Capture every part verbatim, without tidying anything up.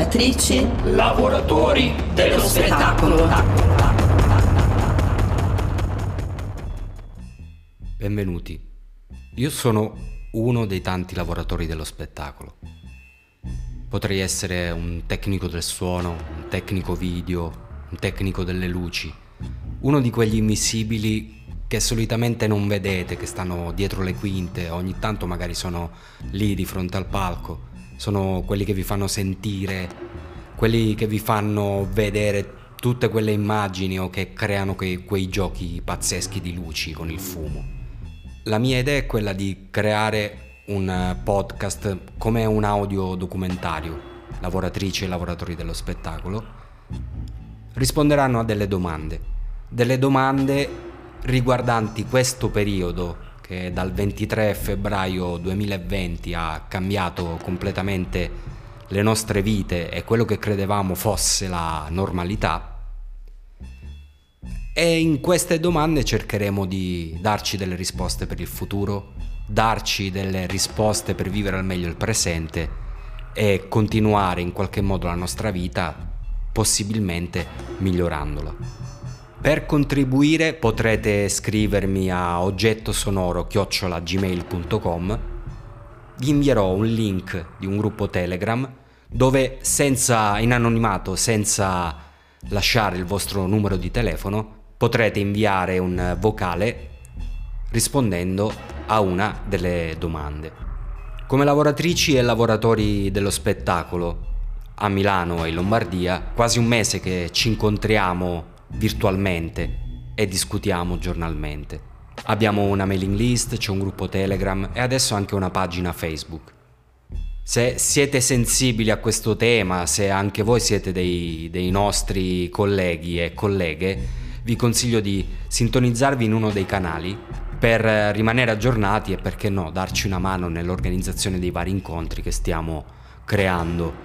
lavoratrici, lavoratori dello spettacolo. Benvenuti. Io sono uno dei tanti lavoratori dello spettacolo. Potrei essere un tecnico del suono, un tecnico video, un tecnico delle luci, uno di quegli invisibili che solitamente non vedete, che stanno dietro le quinte, ogni tanto magari sono lì di fronte al palco, sono quelli che vi fanno sentire, quelli che vi fanno vedere tutte quelle immagini o che creano quei, quei giochi pazzeschi di luci con il fumo. La mia idea è quella di creare un podcast come un audio documentario. Lavoratrici e lavoratori dello spettacolo risponderanno a delle domande, delle domande riguardanti questo periodo che dal ventitré febbraio duemilaventi ha cambiato completamente le nostre vite e quello che credevamo fosse la normalità. E in queste domande cercheremo di darci delle risposte per il futuro, darci delle risposte per vivere al meglio il presente e continuare in qualche modo la nostra vita, possibilmente migliorandola. Per contribuire potrete scrivermi a oggettosonoro chiocciola gmail punto com. Vi invierò un link di un gruppo Telegram dove, senza in anonimato, senza lasciare il vostro numero di telefono, potrete inviare un vocale rispondendo a una delle domande. Come lavoratrici e lavoratori dello spettacolo a Milano e in Lombardia, quasi un mese che ci incontriamo virtualmente e discutiamo giornalmente. Abbiamo una mailing list, c'è un gruppo Telegram e adesso anche una pagina Facebook. Se siete sensibili a questo tema, se anche voi siete dei, dei nostri colleghi e colleghe, vi consiglio di sintonizzarvi in uno dei canali per rimanere aggiornati e, perché no, darci una mano nell'organizzazione dei vari incontri che stiamo creando.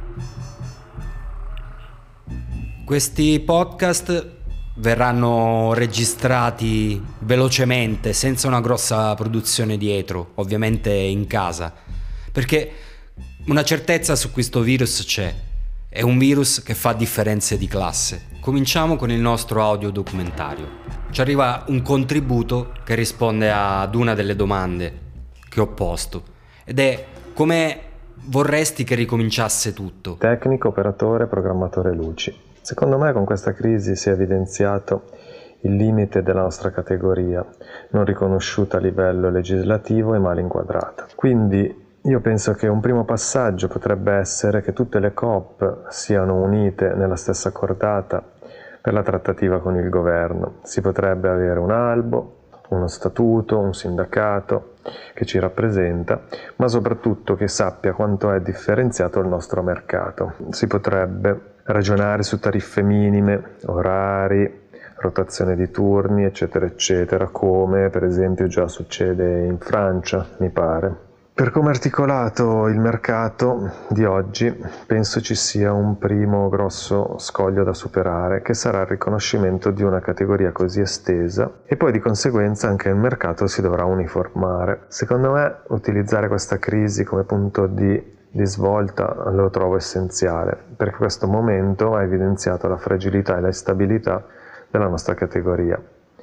Questi podcast verranno registrati velocemente, senza una grossa produzione dietro, ovviamente in casa, perché una certezza su questo virus c'è: è un virus che fa differenze di classe. Cominciamo con il nostro audio documentario. Ci arriva un contributo che risponde ad una delle domande che ho posto, ed è: come vorresti che ricominciasse tutto? Tecnico, operatore, programmatore luci. Secondo me con questa crisi si è evidenziato il limite della nostra categoria, non riconosciuta a livello legislativo e mal inquadrata. Quindi io penso che un primo passaggio potrebbe essere che tutte le coop siano unite nella stessa cordata per la trattativa con il governo. Si potrebbe avere un albo, uno statuto, un sindacato che ci rappresenta, ma soprattutto che sappia quanto è differenziato il nostro mercato. Si potrebbe ragionare su tariffe minime, orari, rotazione di turni, eccetera, eccetera, come per esempio già succede in Francia, mi pare. Per come è articolato il mercato di oggi, penso ci sia un primo grosso scoglio da superare, che sarà il riconoscimento di una categoria così estesa, e poi di conseguenza anche il mercato si dovrà uniformare. Secondo me utilizzare questa crisi come punto di di svolta lo trovo essenziale, perché questo momento ha evidenziato la fragilità e la instabilità della nostra categoria.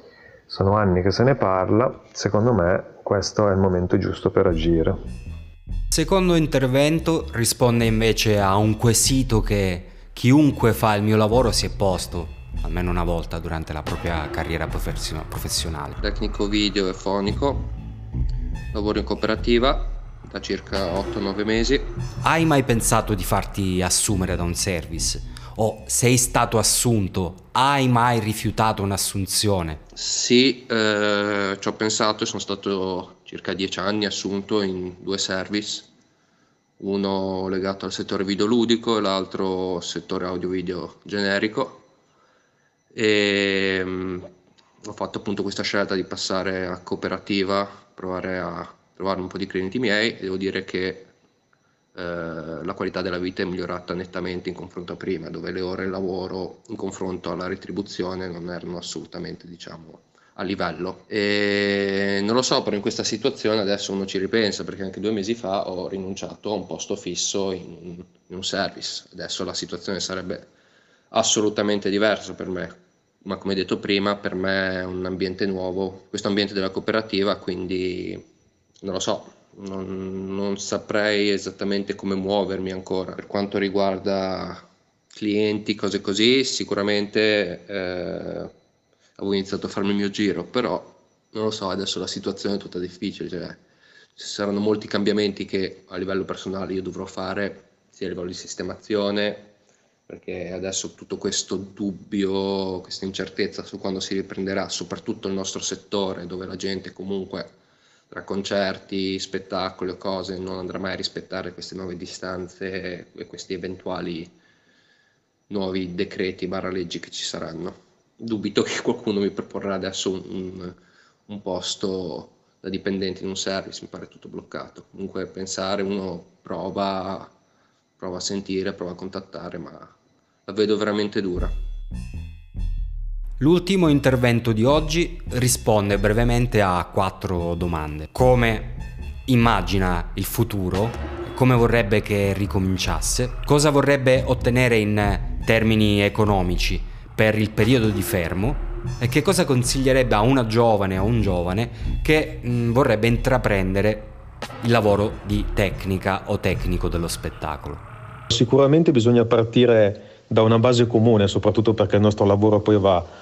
Sono anni che se ne parla, secondo me questo è il momento giusto per agire. Secondo intervento risponde invece a un quesito che chiunque fa il mio lavoro si è posto almeno una volta durante la propria carriera professionale. Tecnico video e fonico, lavoro in cooperativa da circa otto nove mesi. Hai mai pensato di farti assumere da un service? O sei stato assunto, hai mai rifiutato un'assunzione? Sì, eh, ci ho pensato e sono stato circa dieci anni assunto in due service, uno legato al settore videoludico e l'altro settore audio-video generico. E um, ho fatto appunto questa scelta di passare a cooperativa, provare a trovare un po' di clienti miei, e devo dire che eh, la qualità della vita è migliorata nettamente in confronto a prima, dove le ore di lavoro in confronto alla retribuzione non erano assolutamente, diciamo, a livello. E non lo so, però in questa situazione adesso uno ci ripensa, perché anche due mesi fa ho rinunciato a un posto fisso in, in un service. Adesso la situazione sarebbe assolutamente diversa per me, ma come detto prima, per me è un ambiente nuovo, questo ambiente della cooperativa, quindi non lo so, non, non saprei esattamente come muovermi ancora. Per quanto riguarda clienti, cose così, sicuramente eh, avevo iniziato a farmi il mio giro, però non lo so, adesso la situazione è tutta difficile, cioè ci saranno molti cambiamenti che a livello personale io dovrò fare, sia a livello di sistemazione, perché adesso tutto questo dubbio, questa incertezza su quando si riprenderà, soprattutto il nostro settore, dove la gente comunque tra concerti, spettacoli o cose non andrà mai a rispettare queste nuove distanze e questi eventuali nuovi decreti barra leggi che ci saranno. Dubito che qualcuno mi proporrà adesso un, un, un posto da dipendente in un service, mi pare tutto bloccato. Comunque pensare, uno prova, prova a sentire, prova a contattare, ma la vedo veramente dura. L'ultimo intervento di oggi risponde brevemente a quattro domande. Come immagina il futuro? Come vorrebbe che ricominciasse? Cosa vorrebbe ottenere in termini economici per il periodo di fermo? E che cosa consiglierebbe a una giovane o a un giovane che mh, vorrebbe intraprendere il lavoro di tecnica o tecnico dello spettacolo? Sicuramente bisogna partire da una base comune, soprattutto perché il nostro lavoro poi va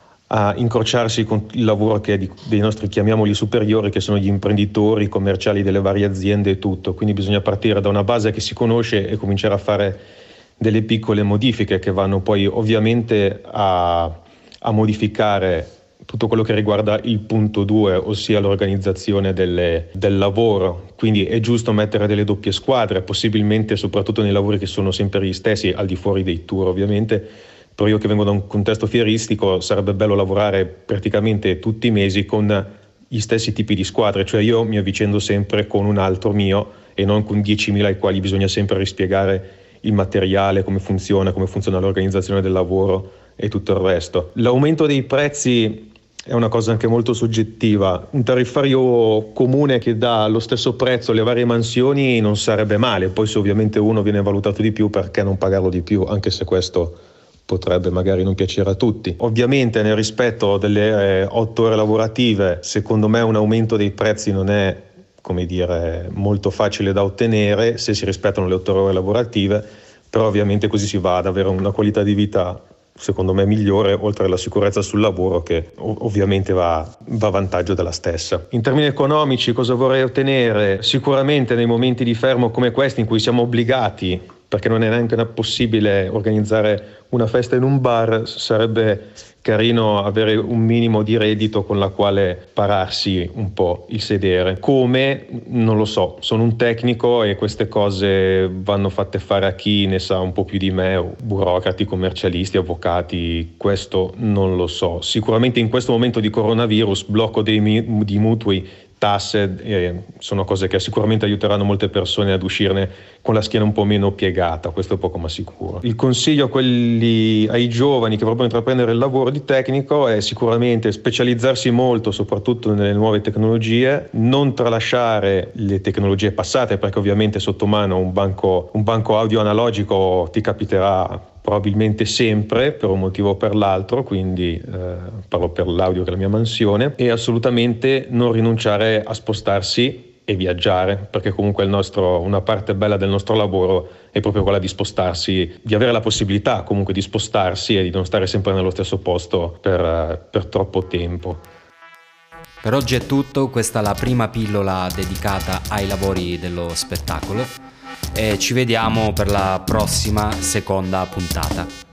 a incrociarsi con il lavoro che è di, dei nostri, chiamiamoli superiori, che sono gli imprenditori commerciali delle varie aziende e tutto. Quindi bisogna partire da una base che si conosce e cominciare a fare delle piccole modifiche che vanno poi ovviamente a, a modificare tutto quello che riguarda il punto due, ossia l'organizzazione delle, del lavoro. Quindi è giusto mettere delle doppie squadre, possibilmente soprattutto nei lavori che sono sempre gli stessi, al di fuori dei tour ovviamente. Però io che vengo da un contesto fieristico sarebbe bello lavorare praticamente tutti i mesi con gli stessi tipi di squadre, cioè io mi avvicendo sempre con un altro mio e non con diecimila ai quali bisogna sempre rispiegare il materiale, come funziona, come funziona l'organizzazione del lavoro e tutto il resto. L'aumento dei prezzi è una cosa anche molto soggettiva. Un tariffario comune che dà lo stesso prezzo alle varie mansioni non sarebbe male, poi se ovviamente uno viene valutato di più, perché non pagarlo di più, anche se questo potrebbe magari non piacere a tutti. Ovviamente nel rispetto delle eh, otto ore lavorative, secondo me un aumento dei prezzi non è, come dire, molto facile da ottenere se si rispettano le otto ore lavorative, però ovviamente così si va ad avere una qualità di vita secondo me migliore, oltre alla sicurezza sul lavoro che ov- ovviamente va, va a vantaggio della stessa. In termini economici cosa vorrei ottenere? Sicuramente nei momenti di fermo come questi in cui siamo obbligati, perché non è neanche possibile organizzare una festa in un bar, sarebbe carino avere un minimo di reddito con la quale pararsi un po' il sedere. Come? Non lo so, sono un tecnico e queste cose vanno fatte fare a chi ne sa un po' più di me, burocrati, commercialisti, avvocati, questo non lo so. Sicuramente in questo momento di coronavirus, blocco dei mi- di mutui, tasse, eh, sono cose che sicuramente aiuteranno molte persone ad uscirne con la schiena un po' meno piegata, questo è poco ma sicuro. Il consiglio a quelli, ai giovani che vorrebbero intraprendere il lavoro di tecnico è sicuramente specializzarsi molto, soprattutto nelle nuove tecnologie, non tralasciare le tecnologie passate, perché ovviamente sotto mano un banco, un banco audio analogico ti capiterà probabilmente sempre per un motivo o per l'altro, quindi eh, parlo per l'audio che è la mia mansione, e assolutamente non rinunciare a spostarsi e viaggiare, perché comunque il nostro, una parte bella del nostro lavoro è proprio quella di spostarsi, di avere la possibilità comunque di spostarsi e di non stare sempre nello stesso posto per, per troppo tempo. Per oggi è tutto, questa è la prima pillola dedicata ai lavori dello spettacolo e ci vediamo per la prossima seconda puntata.